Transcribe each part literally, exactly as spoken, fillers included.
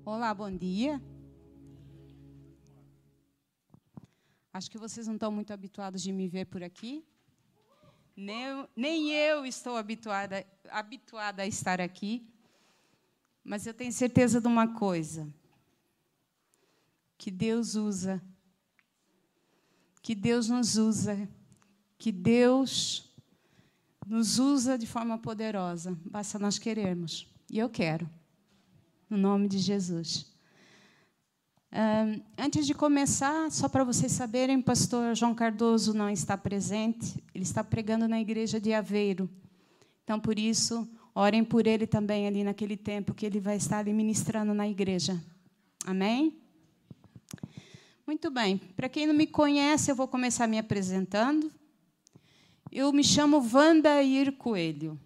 Olá, bom dia. Acho que vocês não estão muito habituados de me ver por aqui. Nem, nem eu estou habituada, habituada a estar aqui. Mas eu tenho certeza de uma coisa. Que Deus usa. Que Deus nos usa. Que Deus nos usa de forma poderosa. Basta nós querermos. E eu quero. No nome de Jesus. Um, antes de começar, só para vocês saberem, o pastor João Cardoso não está presente. Ele está pregando na igreja de Aveiro. Então, por isso, orem por ele também ali naquele tempo que ele vai estar ali ministrando na igreja. Amém? Muito bem. Para quem não me conhece, eu vou começar me apresentando. Eu me chamo Wandair Coelho.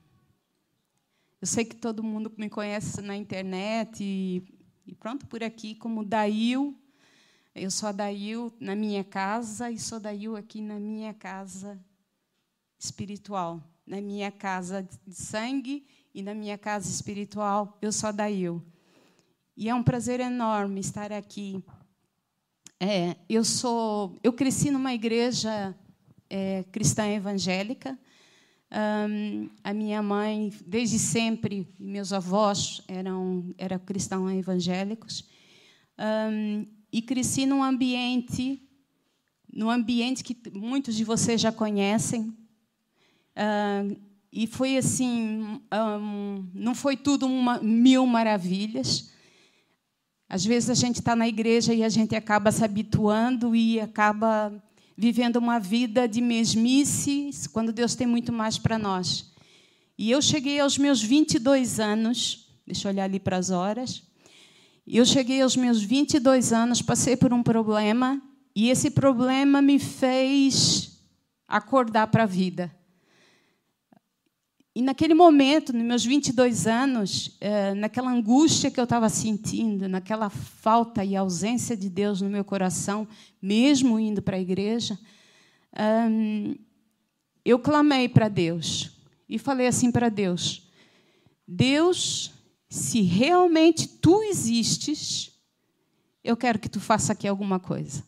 Eu sei que todo mundo me conhece na internet e, e pronto, por aqui, como Dail. Eu sou a Dail na minha casa e sou Dail aqui na minha casa espiritual. Na minha casa de sangue e na minha casa espiritual, eu sou a Dail. E é um prazer enorme estar aqui. É, eu, sou, eu cresci numa igreja é, cristã evangélica. Um, a minha mãe, desde sempre, e meus avós eram, eram cristãos evangélicos, um, e cresci num ambiente, num ambiente que muitos de vocês já conhecem, um, e foi assim, um, não foi tudo uma, mil maravilhas. Às vezes a gente está na igreja e a gente acaba se habituando e acaba vivendo uma vida de mesmice, quando Deus tem muito mais para nós. E eu cheguei aos meus vinte e dois anos, deixa eu olhar ali para as horas, e eu cheguei aos meus vinte e dois anos, passei por um problema, e esse problema me fez acordar para a vida. E, naquele momento, nos meus vinte e dois anos, naquela angústia que eu estava sentindo, naquela falta e ausência de Deus no meu coração, mesmo indo para a igreja, eu clamei para Deus e falei assim para Deus: Deus, se realmente Tu existes, eu quero que Tu faça aqui alguma coisa.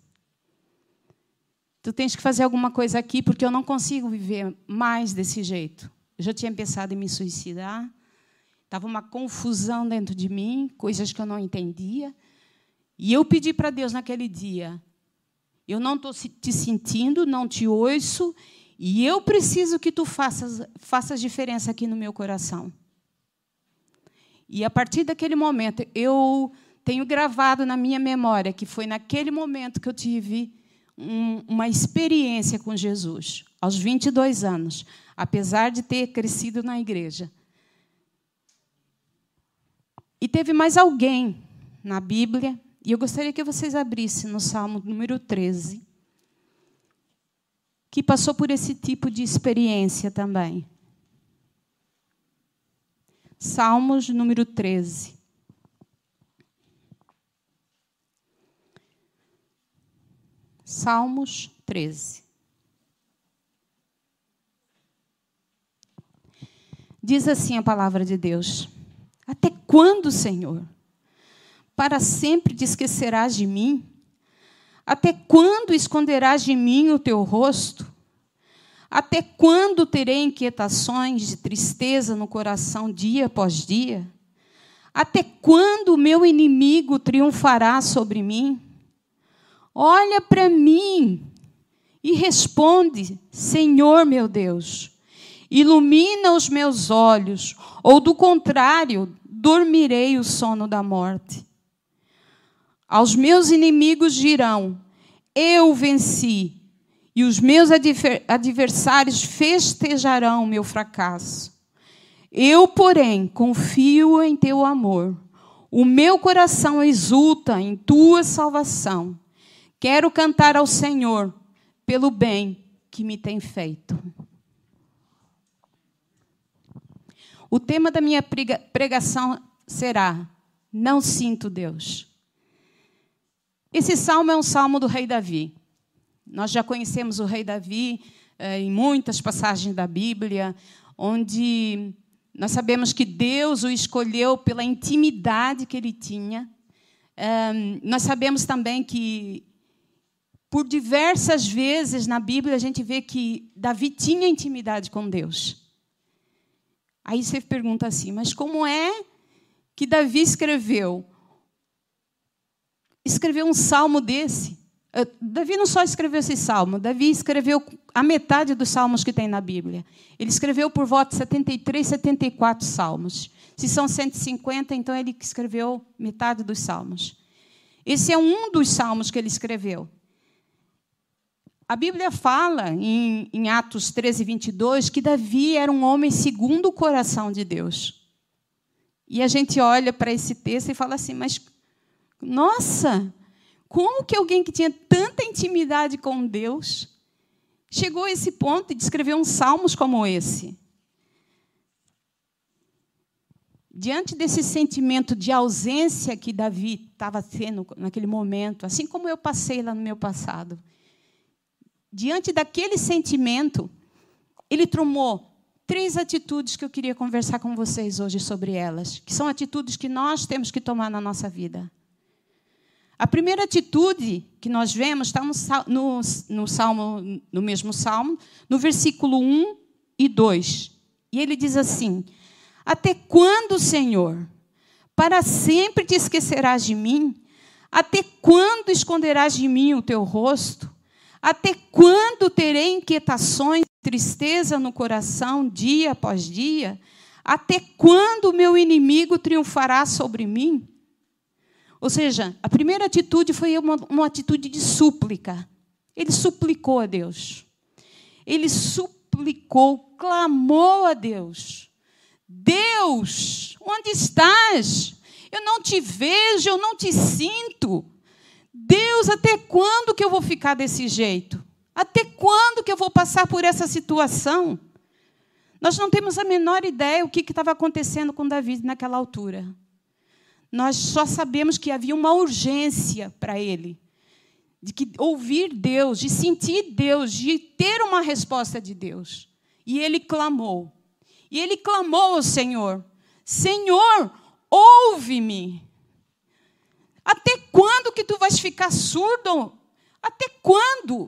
Tu tens que fazer alguma coisa aqui, porque eu não consigo viver mais desse jeito. Eu já tinha pensado em me suicidar. Estava uma confusão dentro de mim, coisas que eu não entendia. E eu pedi para Deus naquele dia: eu não estou te sentindo, não te ouço, e eu preciso que tu faças, faças diferença aqui no meu coração. E, a partir daquele momento, eu tenho gravado na minha memória que foi naquele momento que eu tive um, uma experiência com Jesus, aos vinte e dois anos. Apesar de ter crescido na igreja. E teve mais alguém na Bíblia, e eu gostaria que vocês abrissem no Salmo número treze, que passou por esse tipo de experiência também. Salmos número treze. Salmos treze. Diz assim a palavra de Deus: até quando, Senhor? Para sempre te esquecerás de mim? Até quando esconderás de mim o teu rosto? Até quando terei inquietações de tristeza no coração dia após dia? Até quando o meu inimigo triunfará sobre mim? Olha para mim e responde, Senhor meu Deus. Ilumina os meus olhos, ou, do contrário, dormirei o sono da morte. Aos meus inimigos dirão: eu venci, e os meus adversários festejarão o meu fracasso. Eu, porém, confio em teu amor. O meu coração exulta em tua salvação. Quero cantar ao Senhor pelo bem que me tem feito. O tema da minha pregação será: não sinto Deus. Esse salmo é um salmo do rei Davi. Nós já conhecemos o rei Davi eh, em muitas passagens da Bíblia, onde nós sabemos que Deus o escolheu pela intimidade que ele tinha Um, nós sabemos também que, por diversas vezes na Bíblia, a gente vê que Davi tinha intimidade com Deus. Aí você pergunta assim, mas como é que Davi escreveu? Escreveu um salmo desse? Davi não só escreveu esse salmo, Davi escreveu a metade dos salmos que tem na Bíblia. Ele escreveu por volta de setenta e três, setenta e quatro salmos. Se são cento e cinquenta, então ele escreveu metade dos salmos. Esse é um dos salmos que ele escreveu. A Bíblia fala, em, em Atos treze, vinte e dois, que Davi era um homem segundo o coração de Deus. E a gente olha para esse texto e fala assim, mas, nossa, como que alguém que tinha tanta intimidade com Deus chegou a esse ponto de escrever uns salmos como esse? Diante desse sentimento de ausência que Davi estava tendo naquele momento, assim como eu passei lá no meu passado, diante daquele sentimento, ele tomou três atitudes que eu queria conversar com vocês hoje sobre elas, que são atitudes que nós temos que tomar na nossa vida. A primeira atitude que nós vemos está no, no, no, salmo, no mesmo salmo, no versículo um e dois. E ele diz assim, até quando, Senhor, para sempre te esquecerás de mim? Até quando esconderás de mim o teu rosto? Até quando terei inquietações, tristeza no coração, dia após dia? Até quando o meu inimigo triunfará sobre mim? Ou seja, a primeira atitude foi uma, uma atitude de súplica. Ele suplicou a Deus. Ele suplicou, clamou a Deus. Deus, onde estás? Eu não te vejo, eu não te sinto. Deus, até quando que eu vou ficar desse jeito? Até quando que eu vou passar por essa situação? Nós não temos a menor ideia o que estava acontecendo com Davi naquela altura. Nós só sabemos que havia uma urgência para ele, de que ouvir Deus, de sentir Deus, de ter uma resposta de Deus. E ele clamou. E ele clamou ao Senhor, Senhor, ouve-me. Até quando que tu vais ficar surdo? Até quando?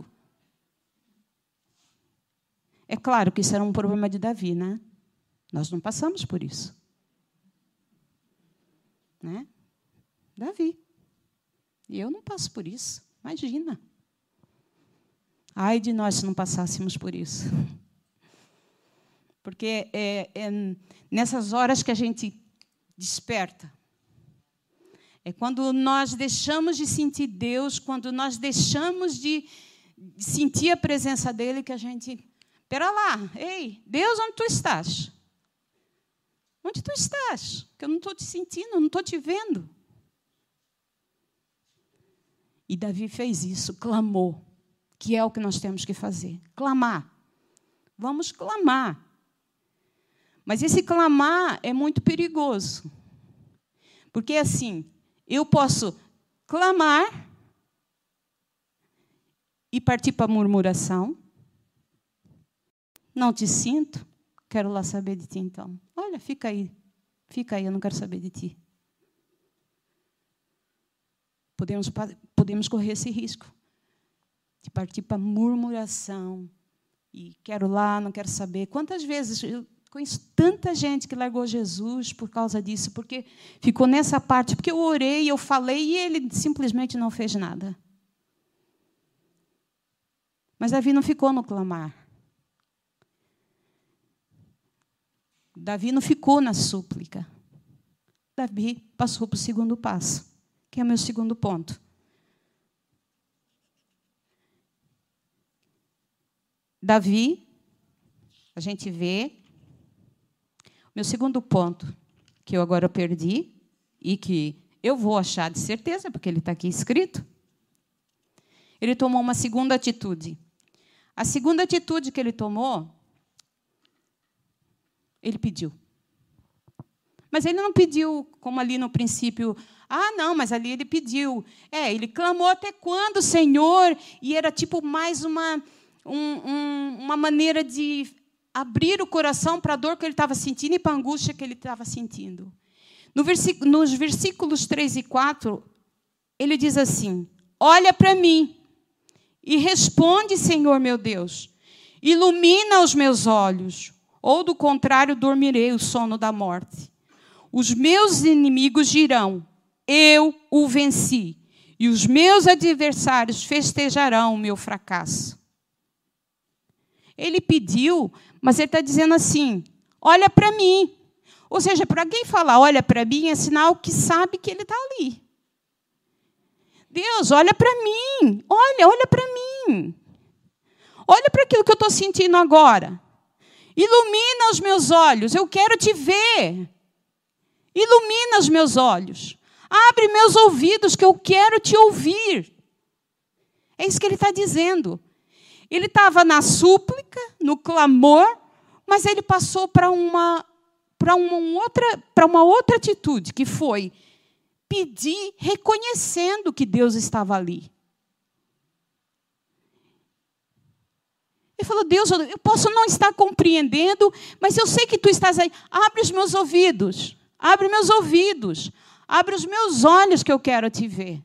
É claro que isso era um problema de Davi, né? Nós não passamos por isso. Né? Davi. E eu não passo por isso. Imagina. Ai de nós se não passássemos por isso. Porque é, é nessas horas que a gente desperta. É quando nós deixamos de sentir Deus, quando nós deixamos de sentir a presença dele, que a gente... Pera lá, ei, Deus, onde tu estás? Onde tu estás? Que eu não estou te sentindo, não estou te vendo. E Davi fez isso, clamou, que é o que nós temos que fazer. Clamar. Vamos clamar. Mas esse clamar é muito perigoso. Porque, assim, eu posso clamar e partir para a murmuração. Não te sinto, quero lá saber de ti, então. Olha, fica aí, fica aí, eu não quero saber de ti. Podemos, podemos correr esse risco de partir para a murmuração. E quero lá, não quero saber. Quantas vezes... Eu, conheço tanta gente que largou Jesus por causa disso, porque ficou nessa parte, porque eu orei, eu falei, e ele simplesmente não fez nada. Mas Davi não ficou no clamar. Davi não ficou na súplica. Davi passou para o segundo passo, que é o meu segundo ponto. Davi, a gente vê... Meu segundo ponto, que eu agora perdi, e que eu vou achar de certeza, porque ele está aqui escrito, ele tomou uma segunda atitude. A segunda atitude que ele tomou, ele pediu. Mas ele não pediu, como ali no princípio, ah, não, mas ali ele pediu. É, ele clamou até quando, Senhor? E era tipo mais uma, um, um, uma maneira de... abrir o coração para a dor que ele estava sentindo e para a angústia que ele estava sentindo. No versículo, nos versículos três e quatro, ele diz assim: olha para mim e responde, Senhor meu Deus. Ilumina os meus olhos, ou do contrário, dormirei o sono da morte. Os meus inimigos dirão: eu o venci, e os meus adversários festejarão o meu fracasso. Ele pediu, mas ele está dizendo assim: olha para mim. Ou seja, para alguém falar olha para mim, é sinal que sabe que ele está ali. Deus, olha para mim, olha, olha para mim. Olha para aquilo que eu estou sentindo agora. Ilumina os meus olhos, eu quero te ver. Ilumina os meus olhos. Abre meus ouvidos, que eu quero te ouvir. É isso que ele está dizendo. Ele estava na súplica, no clamor, mas ele passou para uma, para uma, outra, para uma outra atitude, que foi pedir reconhecendo que Deus estava ali. Ele falou: Deus, eu posso não estar compreendendo, mas eu sei que tu estás aí. Abre os meus ouvidos, abre meus ouvidos, abre os meus olhos, que eu quero te ver.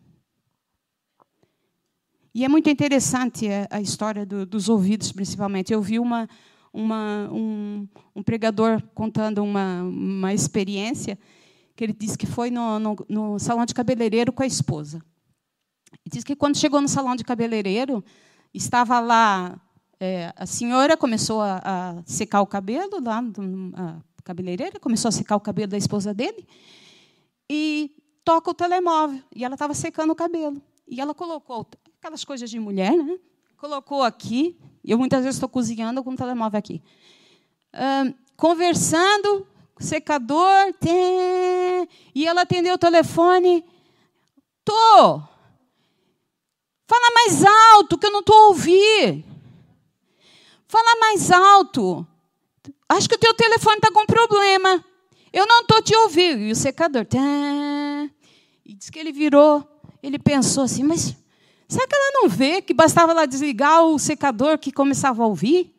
E é muito interessante a história do, dos ouvidos, principalmente. Eu vi uma, uma, um, um pregador contando uma, uma experiência, que ele disse que foi no, no, no salão de cabeleireiro com a esposa. Ele disse que, quando chegou no salão de cabeleireiro, estava lá, é, a senhora começou a, a secar o cabelo, lá a cabeleireira, começou a secar o cabelo da esposa dele, e toca o telemóvel, e ela estava secando o cabelo. E ela colocou aquelas coisas de mulher, né? Colocou aqui, e eu muitas vezes estou cozinhando com o telemóvel aqui. Uh, conversando, secador, tê, e ela atendeu o telefone. Tô. Fala mais alto, que eu não estou a ouvir. Fala mais alto. Acho que o teu telefone está com problema. Eu não estou te ouvindo. E o secador. Tê, e diz que ele virou. Ele pensou assim, mas será que ela não vê que bastava lá desligar o secador que começava a ouvir?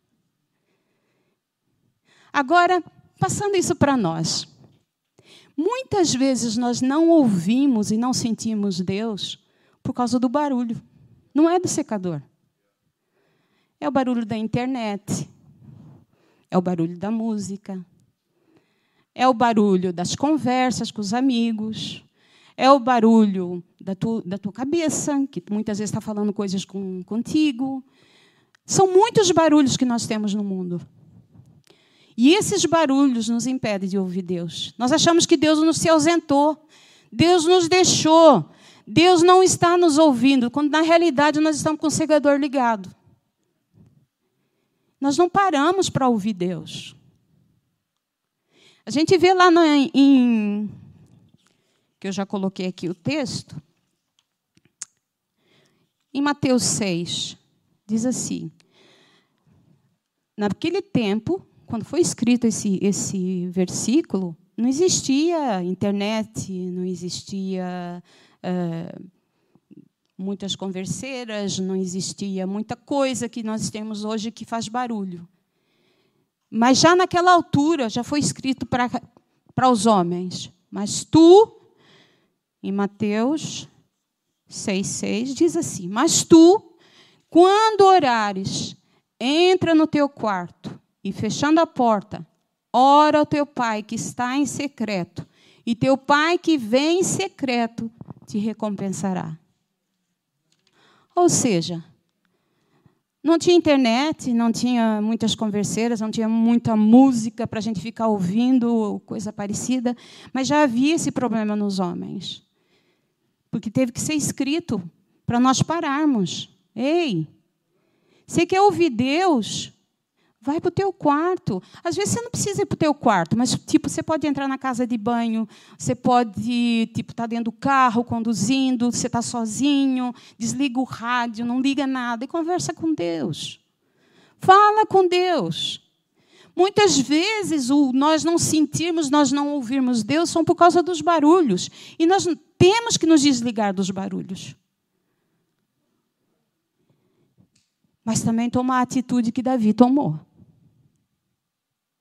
Agora, passando isso para nós. Muitas vezes nós não ouvimos e não sentimos Deus por causa do barulho. Não é do secador. É o barulho da internet. É o barulho da música. É o barulho das conversas com os amigos. É o barulho da, tu, da tua cabeça, que muitas vezes está falando coisas com, contigo. São muitos barulhos que nós temos no mundo. E esses barulhos nos impedem de ouvir Deus. Nós achamos que Deus nos se ausentou. Deus nos deixou. Deus não está nos ouvindo, quando, na realidade, nós estamos com o secador ligado. Nós não paramos para ouvir Deus. A gente vê lá no, em... que eu já coloquei aqui o texto, em Mateus seis, diz assim: naquele tempo, quando foi escrito esse, esse versículo, não existia internet, não existia é, muitas converseiras, não existia muita coisa que nós temos hoje que faz barulho. Mas já naquela altura, já foi escrito para, para os homens: mas tu... Em Mateus seis, seis, diz assim: mas tu, quando orares, entra no teu quarto e, fechando a porta, ora ao teu pai que está em secreto, e teu pai que vem em secreto te recompensará. Ou seja, não tinha internet, não tinha muitas converseiras, não tinha muita música para a gente ficar ouvindo, coisa parecida, mas já havia esse problema nos homens. Porque teve que ser escrito para nós pararmos. Ei, você quer ouvir Deus? Vai para o teu quarto. Às vezes você não precisa ir para o teu quarto, mas tipo, você pode entrar na casa de banho, você pode tipo, estar dentro do carro, conduzindo, você está sozinho, desliga o rádio, não liga nada e conversa com Deus. Fala com Deus. Muitas vezes, o nós não sentirmos, nós não ouvirmos Deus, são por causa dos barulhos. E nós temos que nos desligar dos barulhos. Mas também tomar a atitude que Davi tomou.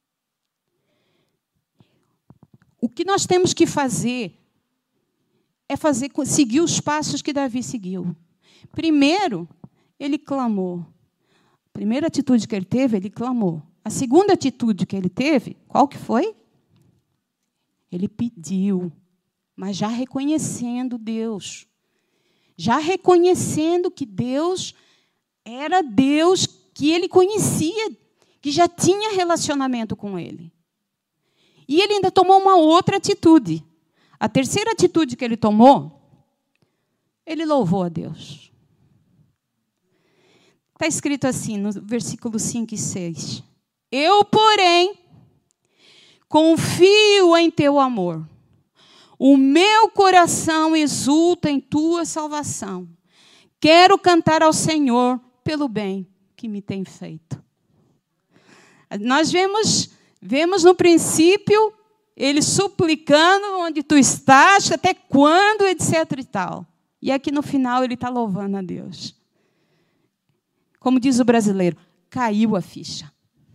O que nós temos que fazer é fazer, seguir os passos que Davi seguiu. Primeiro, ele clamou. A primeira atitude que ele teve, ele clamou. A segunda atitude que ele teve, qual que foi? Ele pediu, mas já reconhecendo Deus. Já reconhecendo que Deus era Deus que ele conhecia, que já tinha relacionamento com ele. E ele ainda tomou uma outra atitude. A terceira atitude que ele tomou, ele louvou a Deus. Está escrito assim, no versículo cinco e seis. Eu, porém, confio em teu amor. O meu coração exulta em tua salvação. Quero cantar ao Senhor pelo bem que me tem feito. Nós vemos, vemos no princípio ele suplicando onde tu estás, até quando, etc e tal. E aqui no final ele está louvando a Deus. Como diz o brasileiro, caiu a ficha.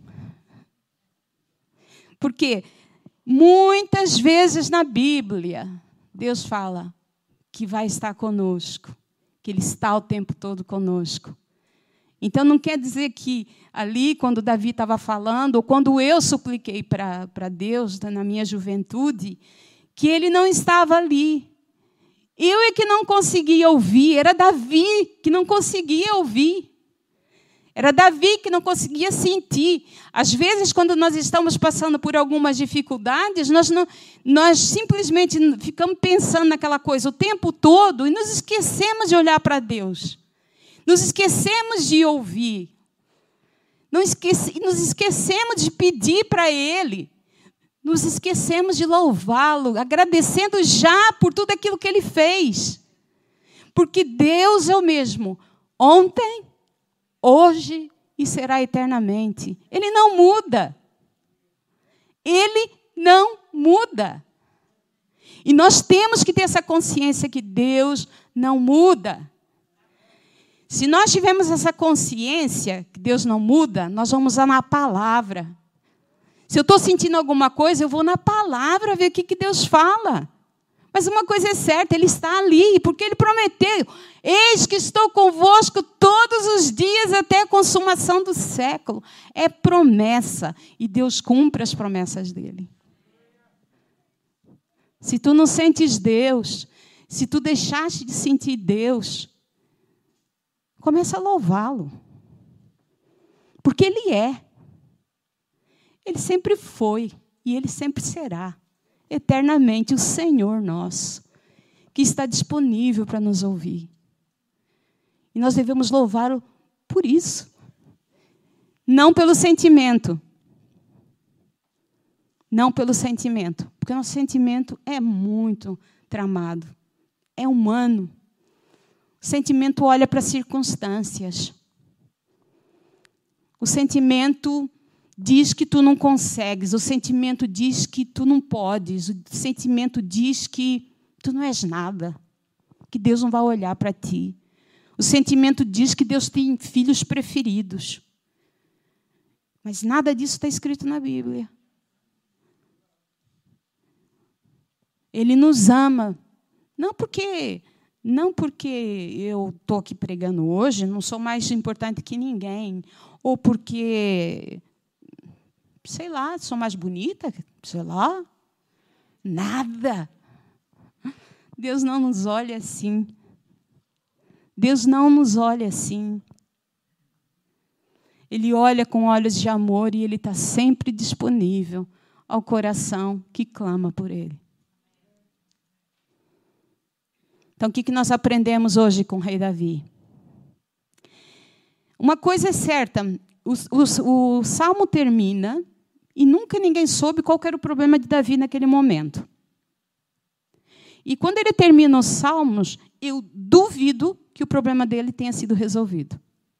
Porque muitas vezes na Bíblia, Deus fala que vai estar conosco, que Ele está o tempo todo conosco. Então, não quer dizer que ali, quando Davi estava falando, ou quando eu supliquei para Deus, na minha juventude, que Ele não estava ali. Eu é que não conseguia ouvir, era Davi que não conseguia ouvir. Era Davi que não conseguia sentir. Às vezes, quando nós estamos passando por algumas dificuldades, nós, não, nós simplesmente ficamos pensando naquela coisa o tempo todo e nos esquecemos de olhar para Deus. Nos esquecemos de ouvir. Nos, esquece, nos esquecemos de pedir para Ele. Nos esquecemos de louvá-lo, agradecendo já por tudo aquilo que Ele fez. Porque Deus é o mesmo ontem, hoje e será eternamente. Ele não muda. Ele não muda. E nós temos que ter essa consciência que Deus não muda. Se nós tivermos essa consciência que Deus não muda, nós vamos usar na palavra. Se eu estou sentindo alguma coisa, eu vou na palavra ver o que, que Deus fala. Mas uma coisa é certa, Ele está ali, porque Ele prometeu. Eis que estou convosco todos os dias até a consumação do século. É promessa, e Deus cumpre as promessas dEle. Se tu não sentes Deus, se tu deixaste de sentir Deus, começa a louvá-lo. Porque Ele é. Ele sempre foi e Ele sempre será. Eternamente o Senhor nosso, que está disponível para nos ouvir. E nós devemos louvá-lo por isso. Não pelo sentimento. Não pelo sentimento. Porque o nosso sentimento é muito tramado. É humano. O sentimento olha para as circunstâncias. O sentimento diz que tu não consegues. O sentimento diz que tu não podes. O sentimento diz que tu não és nada. Que Deus não vai olhar para ti. O sentimento diz que Deus tem filhos preferidos. Mas nada disso está escrito na Bíblia. Ele nos ama. Não porque... Não porque eu estou aqui pregando hoje, não sou mais importante que ninguém. Ou porque, sei lá, sou mais bonita, sei lá. Nada. Deus não nos olha assim. Deus não nos olha assim. Ele olha com olhos de amor e Ele está sempre disponível ao coração que clama por Ele. Então, o que nós aprendemos hoje com o rei Davi? Uma coisa é certa, o, o, o Salmo termina e nunca ninguém soube qual era o problema de Davi naquele momento. E quando ele termina os Salmos, eu duvido que o problema dele tenha sido resolvido.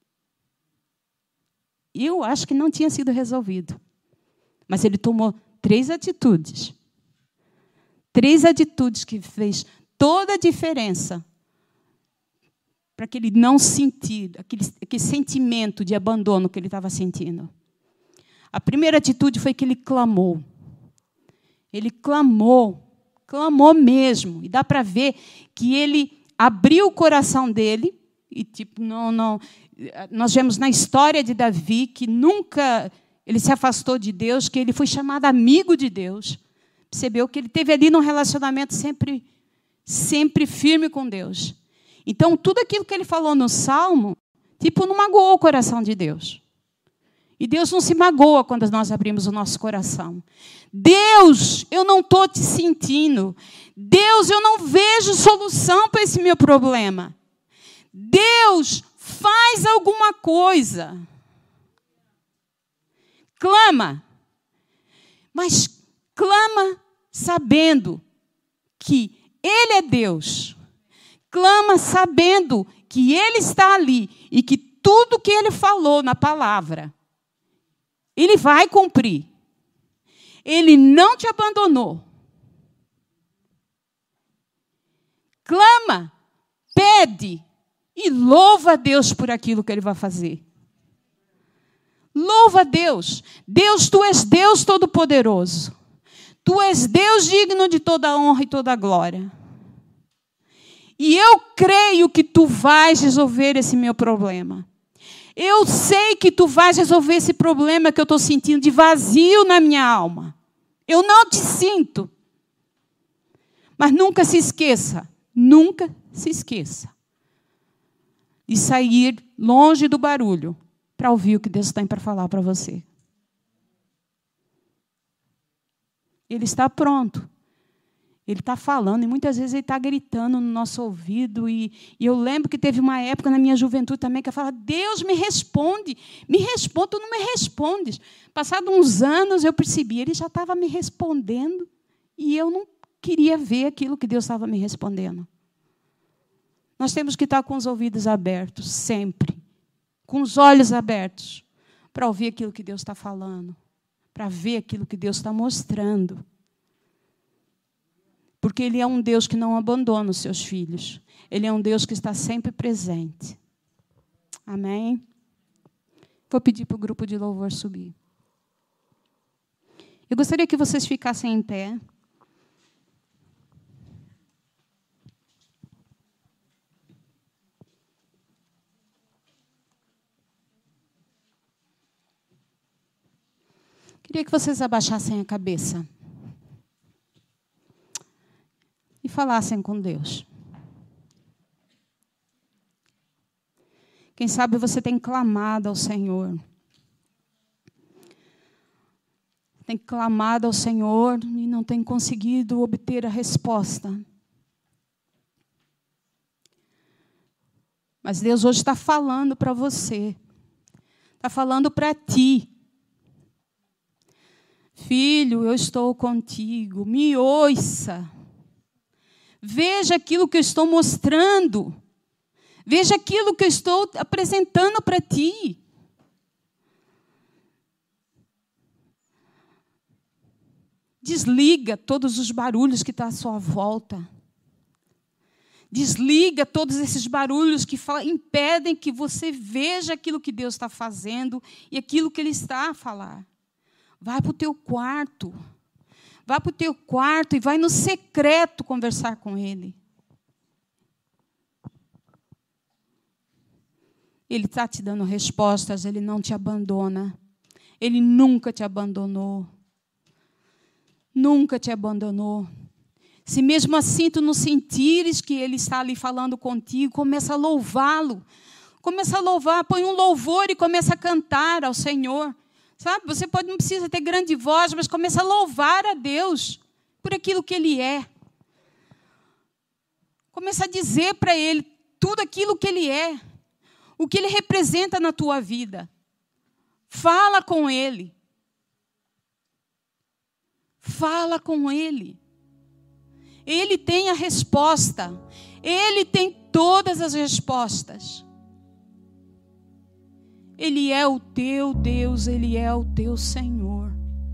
Eu acho que não tinha sido resolvido. Mas ele tomou três atitudes. Três atitudes que fez toda a diferença para que ele não sentir aquele, aquele sentimento de abandono que ele estava sentindo. A primeira atitude foi que ele clamou. Ele clamou Clamou mesmo. E dá para ver que ele abriu o coração dele. E, tipo, não, não. Nós vemos na história de Davi que nunca ele se afastou de Deus, que ele foi chamado amigo de Deus. Percebeu que ele teve ali num relacionamento sempre, sempre firme com Deus. Então, tudo aquilo que ele falou no Salmo, tipo, não magoou o coração de Deus. E Deus não se magoa quando nós abrimos o nosso coração. Deus, eu não estou te sentindo. Deus, eu não vejo solução para esse meu problema. Deus, faz alguma coisa. Clama. Mas clama sabendo que Ele é Deus. Clama sabendo que Ele está ali e que tudo que Ele falou na palavra, Ele vai cumprir. Ele não te abandonou. Clama, pede e louva a Deus por aquilo que Ele vai fazer. Louva a Deus. Deus, Tu és Deus Todo-Poderoso. Tu és Deus digno de toda a honra e toda a glória. E eu creio que Tu vais resolver esse meu problema. Eu sei que Tu vais resolver esse problema que eu estou sentindo de vazio na minha alma. Eu não te sinto. Mas nunca se esqueça, nunca se esqueça de sair longe do barulho para ouvir o que Deus tem para falar para você. Ele está pronto. Ele está falando, e muitas vezes Ele está gritando no nosso ouvido. E, e eu lembro que teve uma época na minha juventude também que eu falava, Deus, me responde, me responde, Tu não me respondes. Passados uns anos, eu percebi, Ele já estava me respondendo, e eu não queria ver aquilo que Deus estava me respondendo. Nós temos que estar com os ouvidos abertos, sempre. Com os olhos abertos, para ouvir aquilo que Deus está falando, para ver aquilo que Deus está mostrando. Porque Ele é um Deus que não abandona os seus filhos. Ele é um Deus que está sempre presente. Amém? Vou pedir para o grupo de louvor subir. Eu gostaria que vocês ficassem em pé. Queria que vocês abaixassem a cabeça. E falassem com Deus. Quem sabe você tem clamado ao Senhor. Tem clamado ao Senhor e não tem conseguido obter a resposta. Mas Deus hoje está falando para você. Está falando para ti. Filho, eu estou contigo. Me ouça. Veja aquilo que eu estou mostrando. Veja aquilo que eu estou apresentando para ti. Desliga todos os barulhos que estão à sua volta. Desliga todos esses barulhos que impedem que você veja aquilo que Deus está fazendo e aquilo que Ele está a falar. Vai para o teu quarto. Vai para o teu quarto e vai no secreto conversar com Ele. Ele está te dando respostas, Ele não te abandona. Ele nunca te abandonou. Nunca te abandonou. Se mesmo assim tu não sentires que Ele está ali falando contigo, começa a louvá-lo. Começa a louvar, põe um louvor e começa a cantar ao Senhor. Sabe, você pode, não precisa ter grande voz, mas começa a louvar a Deus por aquilo que Ele é. Começa a dizer para Ele tudo aquilo que Ele é. O que Ele representa na tua vida. Fala com Ele. Fala com Ele. Ele tem a resposta. Ele tem todas as respostas. Ele é o teu Deus, Ele é o teu Senhor.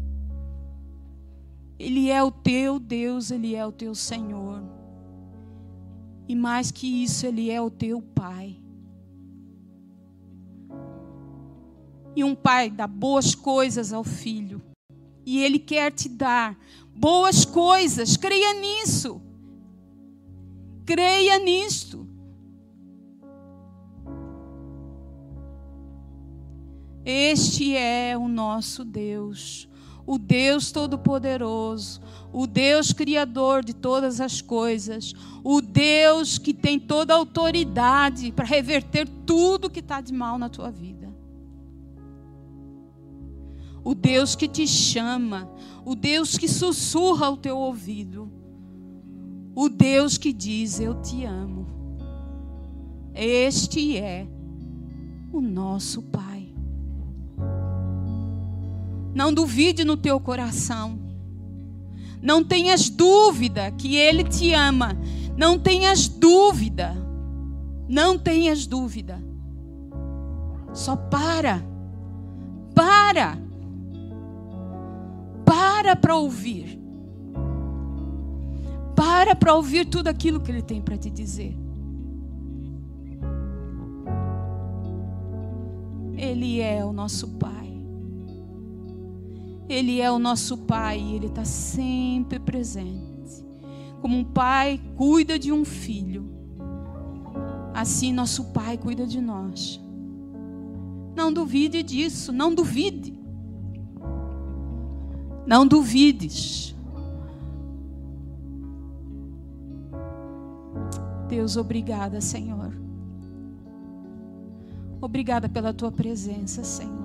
Ele é o teu Deus, Ele é o teu Senhor. E mais que isso, Ele é o teu Pai. E um pai dá boas coisas ao filho. E Ele quer te dar boas coisas. Creia nisso. Creia nisto. Este é o nosso Deus, o Deus Todo-Poderoso, o Deus Criador de todas as coisas, o Deus que tem toda a autoridade para reverter tudo que está de mal na tua vida. O Deus que te chama, o Deus que sussurra ao teu ouvido, o Deus que diz: eu te amo. Este é o nosso Pai. Não duvide no teu coração. Não tenhas dúvida que Ele te ama. Não tenhas dúvida. Não tenhas dúvida. Só para. Para. Para para ouvir. Para para ouvir tudo aquilo que Ele tem para te dizer. Ele é o nosso Pai. Ele é o nosso Pai e Ele está sempre presente. Como um pai cuida de um filho, assim nosso Pai cuida de nós. Não duvide disso, não duvide. Não duvides. Deus, obrigada, Senhor. Obrigada pela Tua presença, Senhor.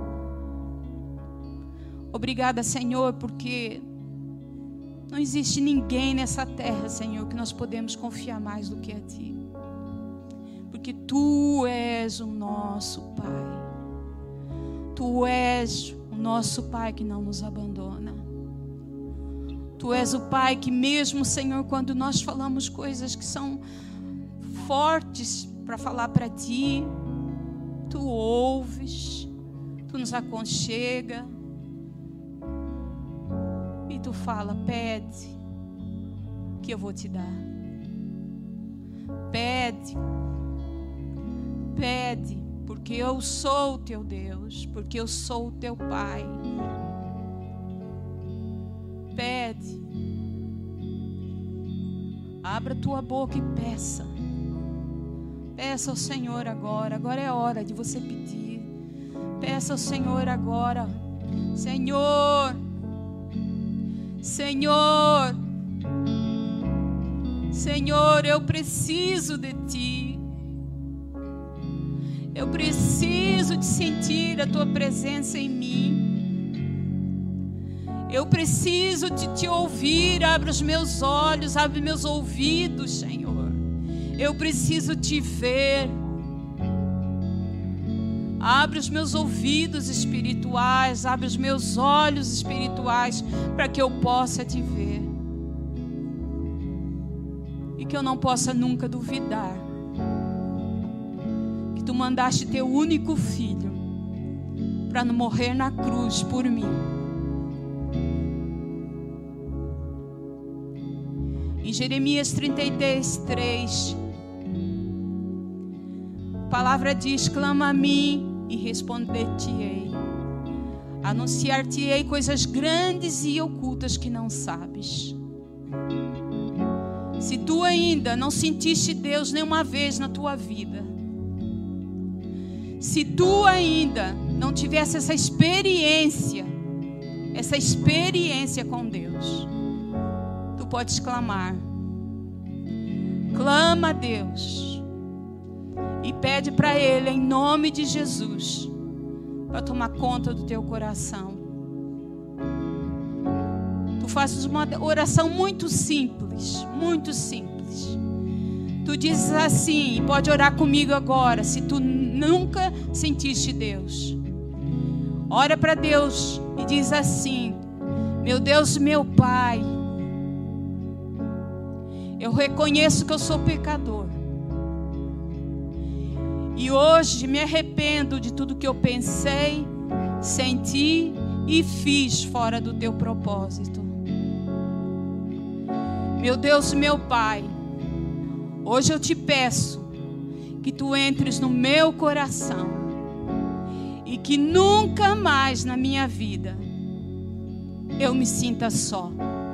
Obrigada, Senhor, porque não existe ninguém nessa terra, Senhor, que nós podemos confiar mais do que a Ti. Porque Tu és o nosso Pai. Tu és o nosso Pai que não nos abandona. Tu és o Pai que mesmo, Senhor, quando nós falamos coisas que são fortes para falar para Ti, Tu ouves, Tu nos aconchega. E Tu fala: pede, que eu vou te dar. Pede, pede, porque eu sou o Teu Deus, porque eu sou o Teu Pai. Pede. Abra Tua boca e peça. Peça ao Senhor agora. Agora é hora de você pedir. Peça ao Senhor agora. Senhor, Senhor, Senhor, eu preciso de Ti. Eu preciso de sentir a Tua presença em mim. Eu preciso de Te ouvir. Abre os meus olhos, abre meus ouvidos, Senhor. Eu preciso Te ver. Abre os meus ouvidos espirituais, abre os meus olhos espirituais, para que eu possa Te ver. E que eu não possa nunca duvidar que Tu mandaste Teu único filho para morrer na cruz por mim. Em Jeremias trinta e três, a palavra diz: clama a mim e responder-te-ei. Anunciar-te-ei coisas grandes e ocultas que não sabes. Se tu ainda não sentiste Deus nenhuma vez na tua vida, se tu ainda não tivesse essa experiência, essa experiência com Deus, tu podes clamar. Clama a Deus. E pede para Ele, em nome de Jesus, para tomar conta do teu coração. Tu fazes uma oração muito simples, muito simples. Tu dizes assim, e pode orar comigo agora, se tu nunca sentiste Deus. Ora para Deus e diz assim: meu Deus, meu Pai, eu reconheço que eu sou pecador. E hoje me arrependo de tudo que eu pensei, senti e fiz fora do Teu propósito. Meu Deus, meu Pai, hoje eu Te peço que Tu entres no meu coração e que nunca mais na minha vida eu me sinta só.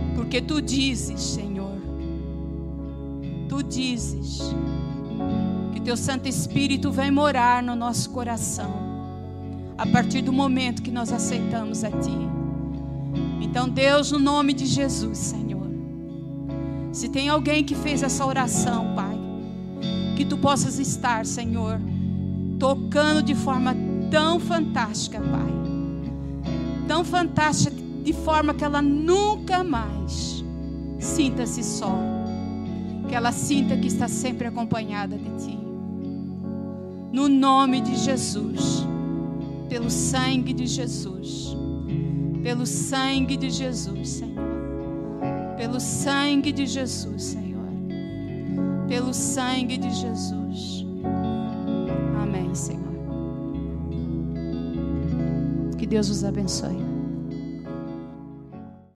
Porque Tu dizes, Senhor, Tu dizes que Teu Santo Espírito vem morar no nosso coração a partir do momento que nós aceitamos a Ti. Então, Deus, no nome de Jesus, Senhor, se tem alguém que fez essa oração, Pai, que Tu possas estar, Senhor, tocando de forma tão fantástica, Pai, tão fantástica, de forma que ela nunca mais sinta-se só, que ela sinta que está sempre acompanhada de Ti. No nome de Jesus, pelo sangue de Jesus, pelo sangue de Jesus, Senhor, pelo sangue de Jesus, Senhor, pelo sangue de Jesus. Amém, Senhor. Que Deus os abençoe.